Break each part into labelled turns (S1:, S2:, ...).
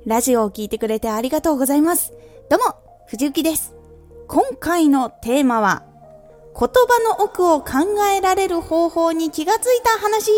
S1: ラジオを聞いてくれてありがとうございます。どうも、藤幸です。今回のテーマは、言葉の奥を考えられる方法に気がついた話。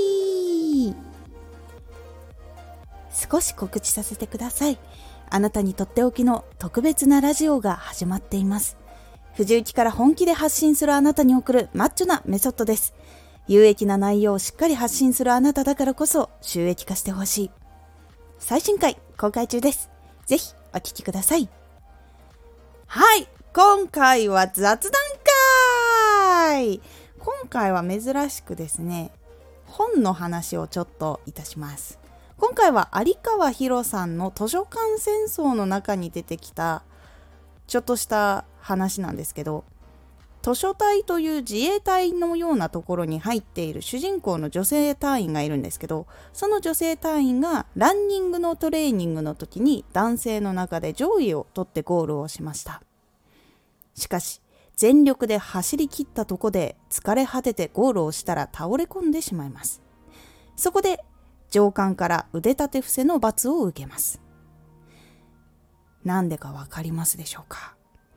S1: 少し告知させてください。あなたにとっておきの特別なラジオが始まっています。藤幸から本気で発信するあなたに送るマッチョなメソッドです。有益な内容をしっかり発信するあなただからこそ収益化してほしい。最新回公開中です。ぜひお聞きください。はい、今回は雑談会。今回は珍しくですね、本の話をちょっといたします。今回は有川博さんの図書館戦争の中に出てきたちょっとした話なんですけど、図書隊という自衛隊のようなところに入っている主人公の女性隊員がいるんですけど、その女性隊員がランニングのトレーニングの時に男性の中で上位を取ってゴールをしました。しかし全力で走り切ったとこで疲れ果ててゴールをしたら倒れ込んでしまいます。そこで上官から腕立て伏せの罰を受けます。なんでかわかりますでしょうか。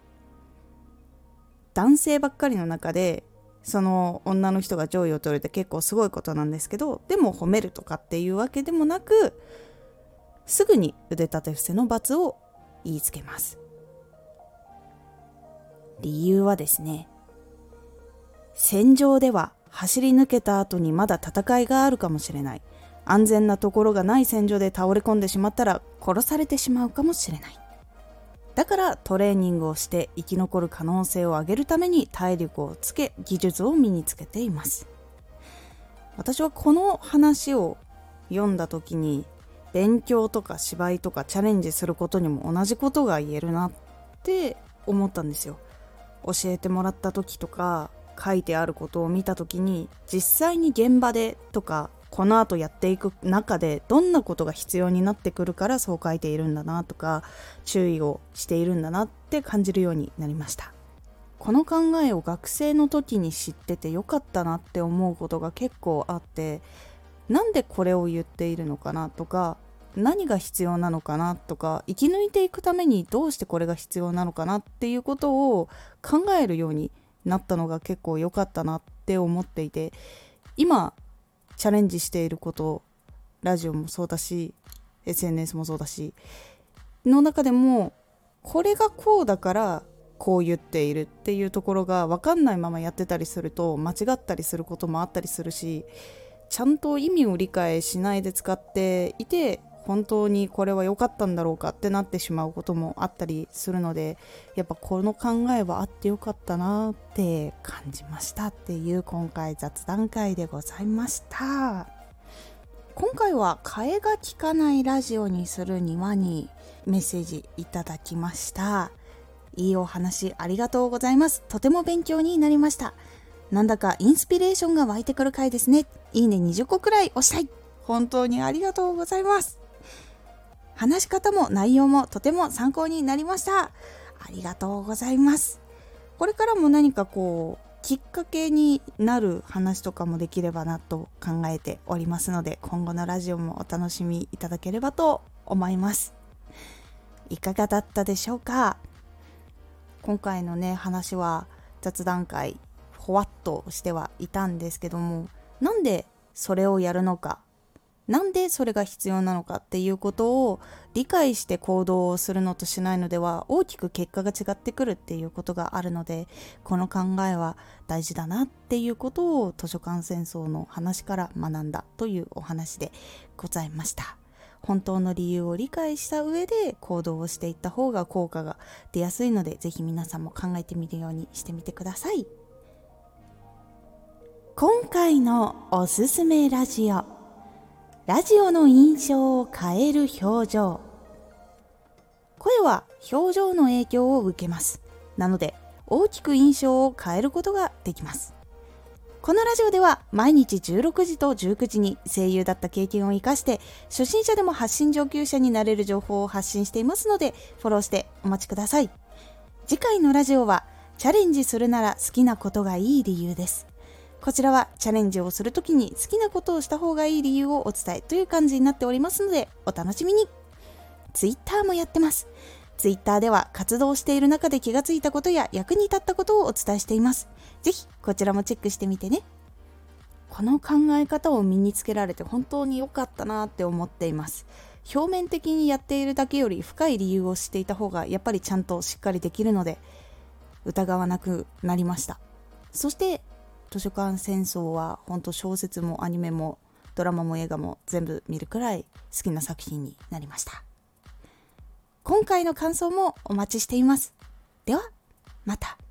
S1: 男性ばっかりの中でその女の人が上位を取るって結構すごいことなんですけど、でも褒めるとかっていうわけでもなく、すぐに腕立て伏せの罰を言いつけます。理由はですね、戦場では走り抜けた後にまだ戦いがあるかもしれない。安全なところがない戦場で倒れ込んでしまったら殺されてしまうかもしれない。だからトレーニングをして生き残る可能性を上げるために体力をつけ、技術を身につけています。私はこの話を読んだ時に、勉強とか芝居とかチャレンジすることにも同じことが言えるなって思ったんですよ。教えてもらった時とか書いてあることを見た時に、実際に現場でとかこの後やっていく中でどんなことが必要になってくるからそう書いているんだなとか、注意をしているんだなって感じるようになりました。この考えを学生の時に知っててよかったなって思うことが結構あって、なんでこれを言っているのかなとか、何が必要なのかなとか、生き抜いていくためにどうしてこれが必要なのかなっていうことを考えるようになったのが結構良かったなって思っていて、今チャレンジしていること、ラジオもそうだし SNS もそうだしの中でも、これがこうだからこう言っているっていうところが分かんないままやってたりすると間違ったりすることもあったりするし、ちゃんと意味を理解しないで使っていて、本当にこれは良かったんだろうかってなってしまうこともあったりするので、やっぱこの考えはあってよかったなって感じましたっていう今回雑談会でございました。今回は替えが利かないラジオにするにはにメッセージいただきました。いいお話ありがとうございます。とても勉強になりました。なんだかインスピレーションが湧いてくる回ですね。いいね20個くらい押したい。本当にありがとうございます。話し方も内容もとても参考になりました。ありがとうございます。これからも何かきっかけになる話とかもできればなと考えておりますので、今後のラジオもお楽しみいただければと思います。いかがだったでしょうか。今回のね、話は雑談会ほわっとしてはいたんですけども、なんでそれをやるのか、なんでそれが必要なのかっていうことを理解して行動をするのとしないのでは大きく結果が違ってくるっていうことがあるので、この考えは大事だなっていうことを図書館戦争の話から学んだというお話でございました。本当の理由を理解した上で行動をしていった方が効果が出やすいので、ぜひ皆さんも考えてみるようにしてみてください。今回のおすすめラジオ、ラジオの印象を変える表情。声は表情の影響を受けます。なので大きく印象を変えることができます。このラジオでは毎日16時と19時に声優だった経験を生かして初心者でも発信上級者になれる情報を発信していますので、フォローしてお待ちください。次回のラジオはチャレンジするなら好きなことがいい理由です。こちらはチャレンジをするときに好きなことをした方がいい理由をお伝えという感じになっておりますので、お楽しみに。 ツイッターもやってます。ツイッターでは活動している中で気がついたことや役に立ったことをお伝えしています。ぜひこちらもチェックしてみてね。この考え方を身につけられて本当に良かったなって思っています。表面的にやっているだけより深い理由を知っていた方がやっぱりちゃんとしっかりできるので疑わなくなりました。そして図書館戦争は本当小説もアニメもドラマも映画も全部見るくらい好きな作品になりました。今回の感想もお待ちしています。ではまた。